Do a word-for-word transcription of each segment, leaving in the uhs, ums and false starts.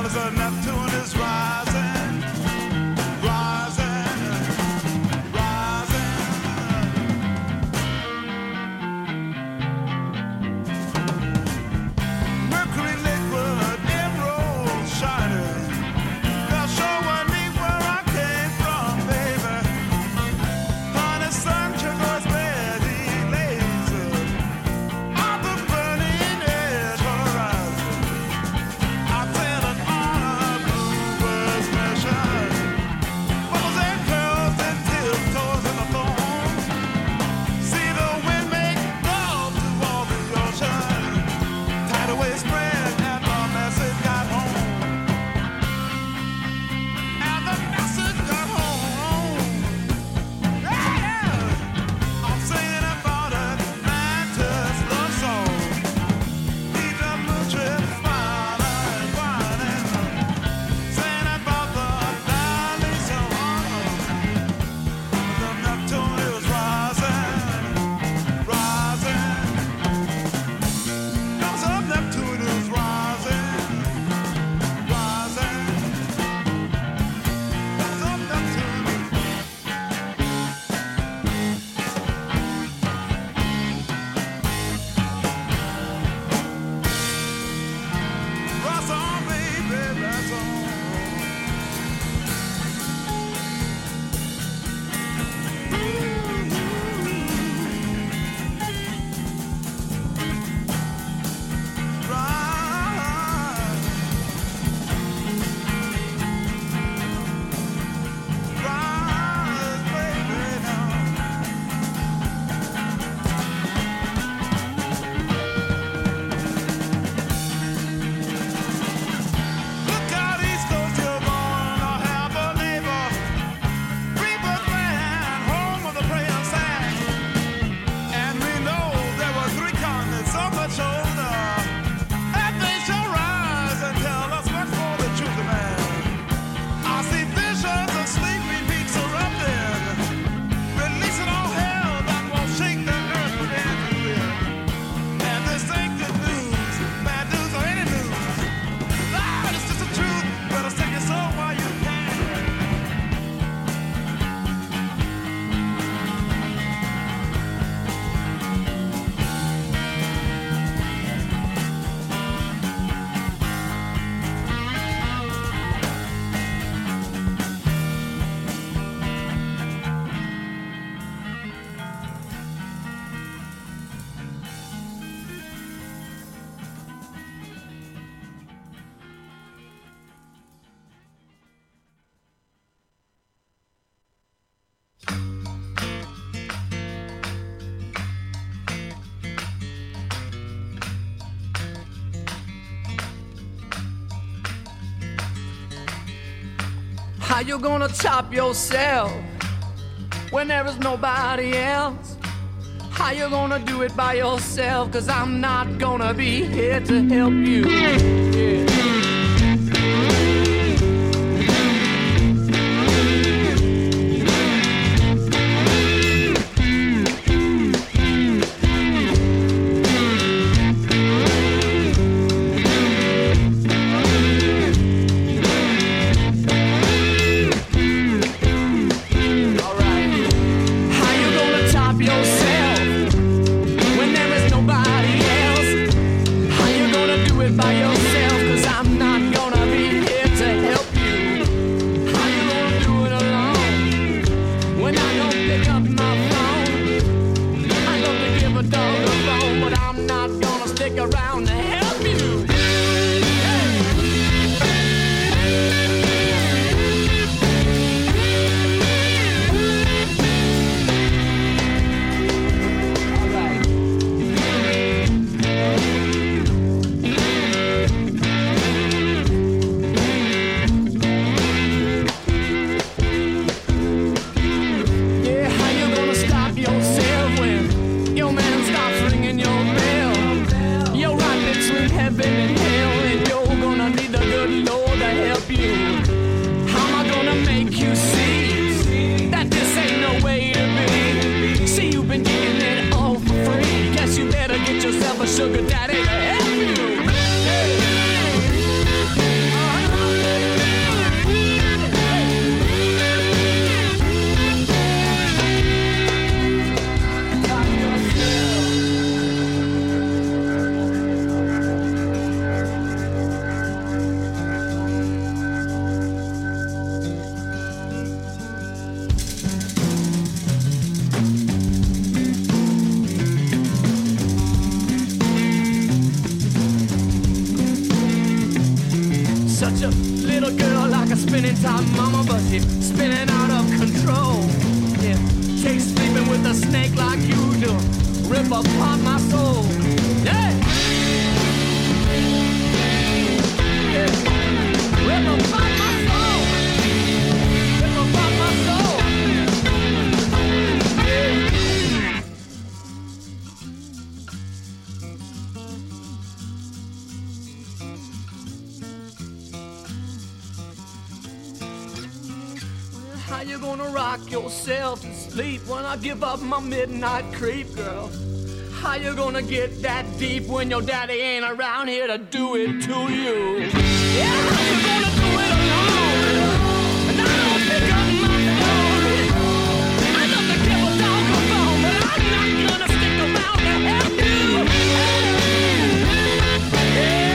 How you gonna top yourself when there is nobody else? How you gonna do it by yourself? Cause I'm not gonna be here to help you. Yeah. By yourself, 'cause Such a little girl like a spinning top mama, but she's spinning out of control. Yeah, take sleeping with a snake like you do, rip apart my soul. Yeah, yeah. Rip apart my soul, rip apart my soul. Yeah. How you gonna rock yourself to sleep when I give up my midnight creep, girl? How you gonna get that deep when your daddy ain't around here to do it to you? Yeah, how you gonna do it alone? And I don't pick up my phone. I know the devil dog a phone, but I'm not gonna stick around to help you. Yeah.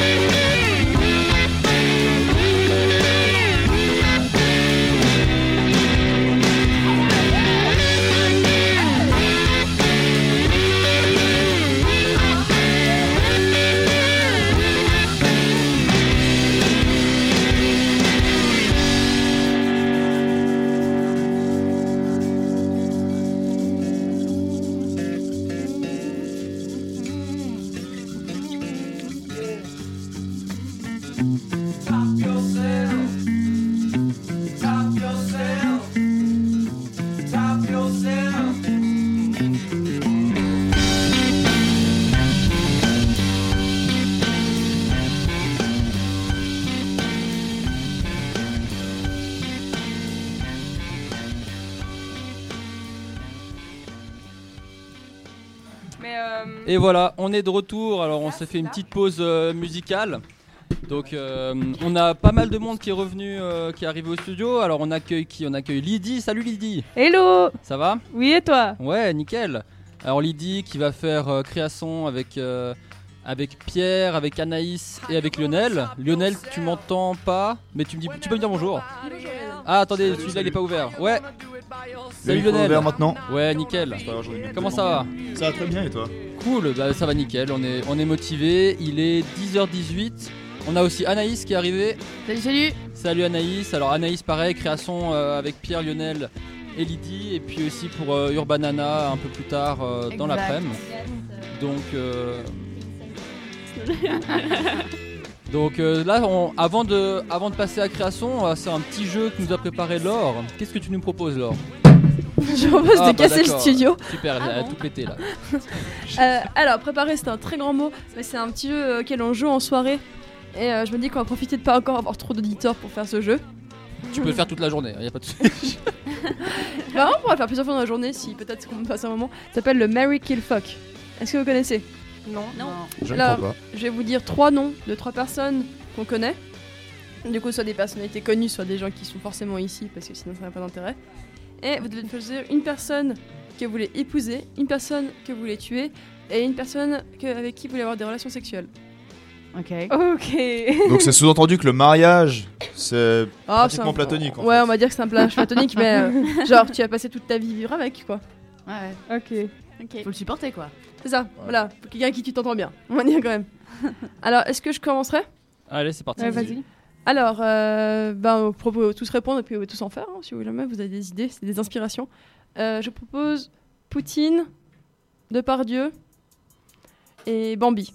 Et voilà, on est de retour. Alors on s'est fait une petite pause euh, musicale. Donc euh, on a pas mal de monde qui est revenu, euh, qui est arrivé au studio. Alors on accueille qui? On accueille Lydie. Salut Lydie. Hello. Ça va? Oui, et toi? Ouais, nickel. Alors Lydie qui va faire euh, création avec, euh, avec Pierre, avec Anaïs et avec Lionel. Lionel, tu m'entends pas, mais tu, me dis, tu peux me dire bonjour. Ah attendez, celui-là il est pas ouvert. Ouais. Salut Lionel. Ouvert maintenant. Ouais, nickel. Comment ça va? Ça va très bien et toi? Cool, bah ça va nickel, on est, on est motivé. Il est dix heures dix-huit. On a aussi Anaïs qui est arrivée. Salut, salut. Salut Anaïs. Alors Anaïs pareil, création euh, avec Pierre, Lionel et Lydie. Et puis aussi pour euh, Urbanana un peu plus tard euh, dans l'après-midi. Donc euh... Donc euh, là on, avant, de, avant de passer à création, euh, c'est un petit jeu que nous a préparé Laure. Qu'est-ce que tu nous proposes Laure? Je propose ah, de bah casser le studio. Super, elle ah a bon tout pété là. euh, alors préparer c'est un très grand mot, mais c'est un petit jeu auquel on joue en soirée. Et euh, je me dis qu'on va profiter de pas encore avoir trop d'auditeurs pour faire ce jeu. Tu peux le faire toute la journée, y a pas de souci. Bah on pourrait faire plusieurs fois dans la journée si peut-être qu'on passe un moment. Ça s'appelle le Marry Kill Fuck. Est-ce que vous connaissez? Non. Non. Je ne Alors, crois pas. je vais vous dire trois noms de trois personnes qu'on connaît. Du coup, soit des personnalités connues, soit des gens qui sont forcément ici, parce que sinon ça n'a pas d'intérêt. Et vous devez choisir une personne que vous voulez épouser, une personne que vous voulez tuer, et une personne que, avec qui vous voulez avoir des relations sexuelles. Ok. Ok. Donc c'est sous-entendu que le mariage, c'est Oh, pratiquement c'est un- platonique en Ouais, fait. on va dire que c'est un mariage platonique, mais euh, genre tu vas passer toute ta vie vivre avec, quoi. Ouais. Ok. Ok. Faut le supporter quoi. C'est ça, voilà. Faut quelqu'un à qui tu t'entends bien, on va dire quand même. Alors, est-ce que je commencerai? Allez, c'est parti. Ouais, vas-y. Alors, euh, ben, on peut tous répondre et puis on peut tous en faire, hein, si vous jamais vous avez des idées, c'est des inspirations. Euh, je propose Poutine, Depardieu et Bambi.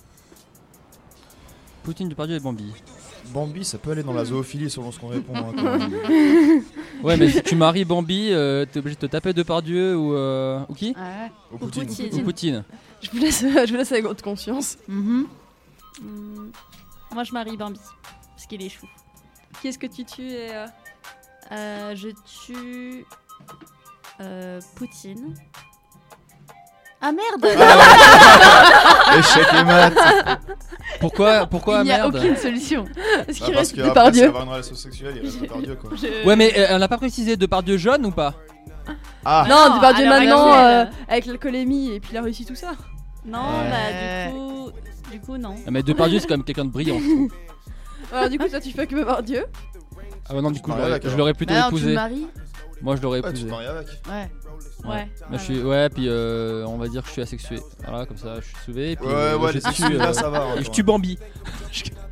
Poutine, Depardieu et Bambi. Bambi, ça peut aller dans la zoophilie selon ce qu'on répond. hein, quand même. Ouais, mais si tu maries Bambi, euh, t'es obligé de te taper Depardieu ou, euh, ou qui? Ouais. Au Poutine. Poutine. Ou Poutine. Je vous laisse, je vous laisse avec votre conscience. Mhm. Mm. Moi je marie Bambi parce qu'il est chou. Qui est-ce que tu tues et, euh, Euh, je tue euh, Poutine. Ah merde. Échec et mat. Pourquoi, pourquoi Il n'y a merde? aucune solution. Est-ce Ah, qu'il parce reste que après, Depardieu? c'est avoir une relation sexuelle, il reste Depardieu quoi. Je- Ouais, mais euh, on n'a pas précisé Depardieu jeune ou pas? Ah, Non, Non, Depardieu à l'heure maintenant, euh, actuelle. avec l'alcoolémie et puis il a réussi tout ça. Non, Ouais. bah du coup, du coup non. Ah, mais Depardieu c'est quand même quelqu'un de brillant. je trouve. Alors du coup, toi tu fais que Depardieu. Ah bah non, du coup, Tu je maries l'aurais- avec, je alors. l'aurais plutôt Bah non, tu épousé. le maries. Moi, je l'aurais ouais, tu épousé. te maries avec. Ouais. Ouais. Ouais. Moi, je suis, ouais, puis euh, on va dire que je suis asexué. Voilà, comme ça, je suis sauvé. Et puis, Ouais, euh, ouais, je les tue, sexuels euh, là ça va. hein, et je toi. tue Bambi.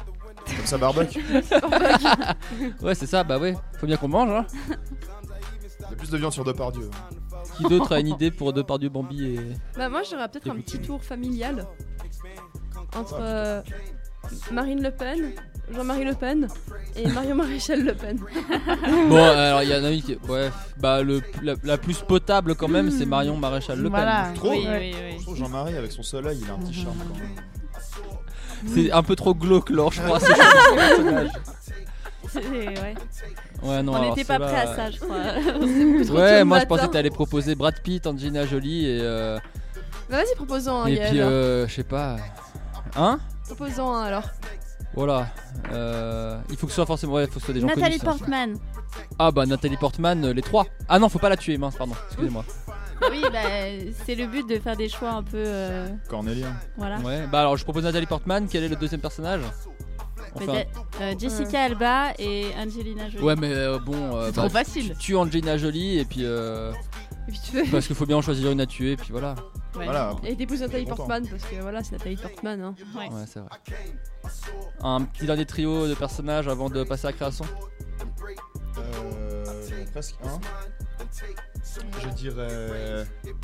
Comme ça, barbecue. Ouais, c'est ça, bah ouais. Faut bien qu'on mange, hein. Il y a plus de viande sur Depardieu. Qui d'autre a une idée pour Depardieu, Bambi et. Bah moi j'aurais peut-être Et un vous, petit Tim. tour familial entre euh, Marine Le Pen, Jean-Marie Le Pen et Marion Maréchal Le Pen. Bon, alors il y en a une qui. Ouais, bah le, la, la plus potable quand même, c'est Marion Maréchal Le Pen. Voilà. Trop, Oui, ouais. oui, Je oui. trouve Jean-Marie avec son soleil, il a un petit charme quand même. C'est un peu trop glauque, Laure, je crois. C'est chaud, ce personnage. C'est- ouais. Ouais, non, On alors n'était pas ceux-là, prêt à ça, je crois. Ouais, tôt moi le je pensais matin. que t'allais proposer Brad Pitt, Angelina Jolie et. Euh, Bah vas-y proposons un et Gaël. puis, euh, je sais pas. Hein Proposons un alors. Voilà. Euh, il faut que ce soit forcément. Ouais, il faut que ce soit des gens Nathalie connus. ça. Portman. Ah bah Nathalie Portman, euh, les trois. Ah non, faut pas la tuer, mince, pardon. Excusez-moi. Oui, bah, c'est le but de faire des choix un peu. euh, Cornélien. voilà. Ouais, bah alors je propose Nathalie Portman. Quel est le deuxième personnage? Enfin, Peut-être, euh, Jessica Alba et Angelina Jolie. ouais, mais euh, bon. euh, C'est bah, trop facile. Tu tues Angelina Jolie et puis. Euh, Et puis tu fais. parce qu'il faut bien en choisir une à tuer, et puis voilà. Ouais. Voilà. Et t'épouses Nathalie Content. Portman parce que voilà c'est Nathalie Portman hein. Ouais. Ouais, c'est vrai. Un petit dernier trio de personnages avant de passer à la création. Euh, j'en ai presque un. Je dirais.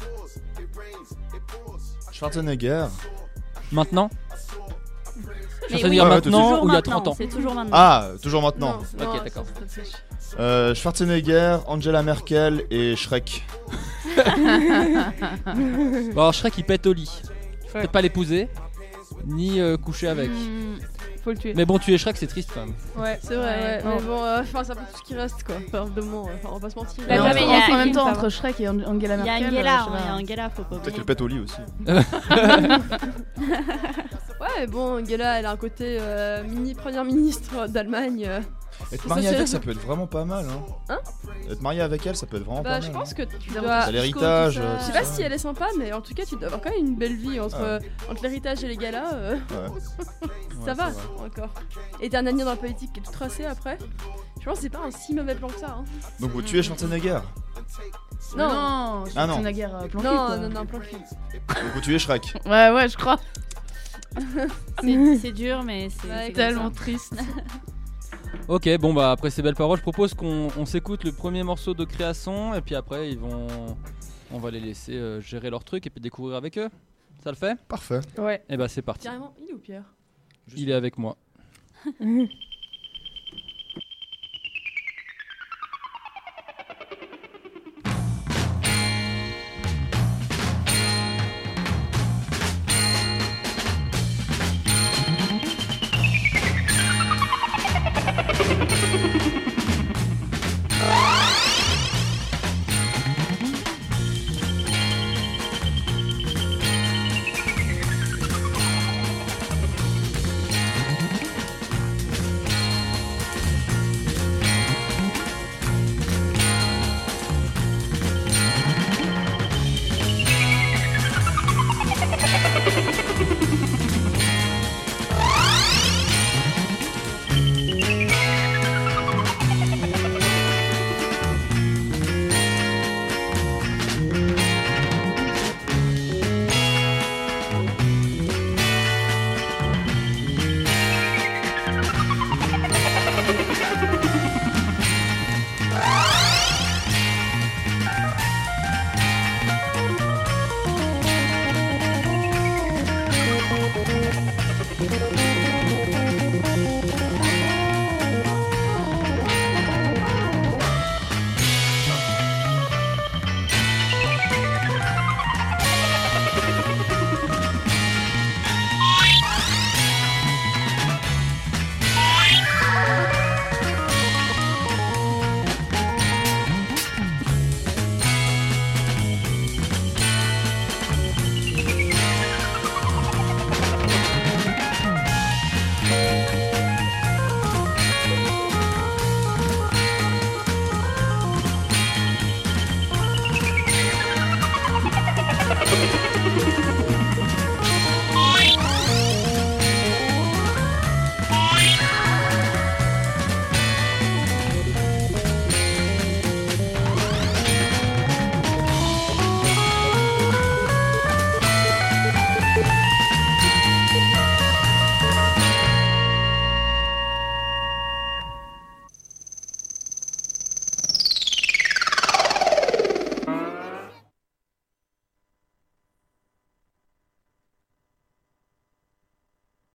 Schwarzenegger. Maintenant Mais Schwarzenegger oui, maintenant toujours ou il y a maintenant, trente ans? C'est toujours maintenant. Ah, toujours maintenant. Non, Ok, non, d'accord. ça, ça, ça, ça. Euh, Schwarzenegger, Angela Merkel et Shrek. Bon, alors Shrek il pète au lit. Peut-être pas l'épouser, ni euh, coucher avec. Hmm, faut le tuer. Mais bon, tuer Shrek c'est triste quand même. Ouais, c'est vrai, ouais. Ouais. Mais bon, euh, enfin, c'est un peu tout ce qui reste quoi. Enfin, de moment, enfin, on va pas se mentir. Mais Ouais, entre- mais il y a- en même il- temps, ça entre va. Shrek et Ang- Angela Il y a Merkel. Angela, euh, je sais hein, il y a pas. Angela, faut pas Peut-être oublier. qu'elle pète au lit aussi. Ouais, mais bon, Angela, elle a un côté euh, mini première ministre d'Allemagne. euh. Être Ça, marié c'est- avec, ça peut être vraiment pas mal. Hein. Hein Être marié avec elle, ça peut être vraiment Bah, pas je mal. pense que tu T'as dois. T'as l'héritage. tout ça. euh, Je sais tout pas ça. si elle est sympa, mais en tout cas, tu dois avoir quand même une belle vie entre, entre l'héritage et les galas. euh, Ouais. ça Ouais, va c'est vrai. encore. Et t'as un avenir dans la politique qui est tout tracé après. Je pense que c'est pas un si mauvais plan que ça. Hein. Donc vous tuez Schwarzenegger. Non. Non, Ah non. Schwarzenegger euh, planqué, Non, quoi. non, non, plan cul. Donc vous tuez Shrek. Ouais, ouais, je crois. C'est c'est dur, mais c'est Ouais, c'est comme Tellement ça. triste. Ok, bon bah après ces belles paroles, je propose qu'on on s'écoute le premier morceau de création et puis après ils vont, on va les laisser euh, gérer leur truc et puis découvrir avec eux. Ça le fait? Parfait. Ouais. Et bah c'est parti. Carrément, il est où Pierre? Il est avec moi.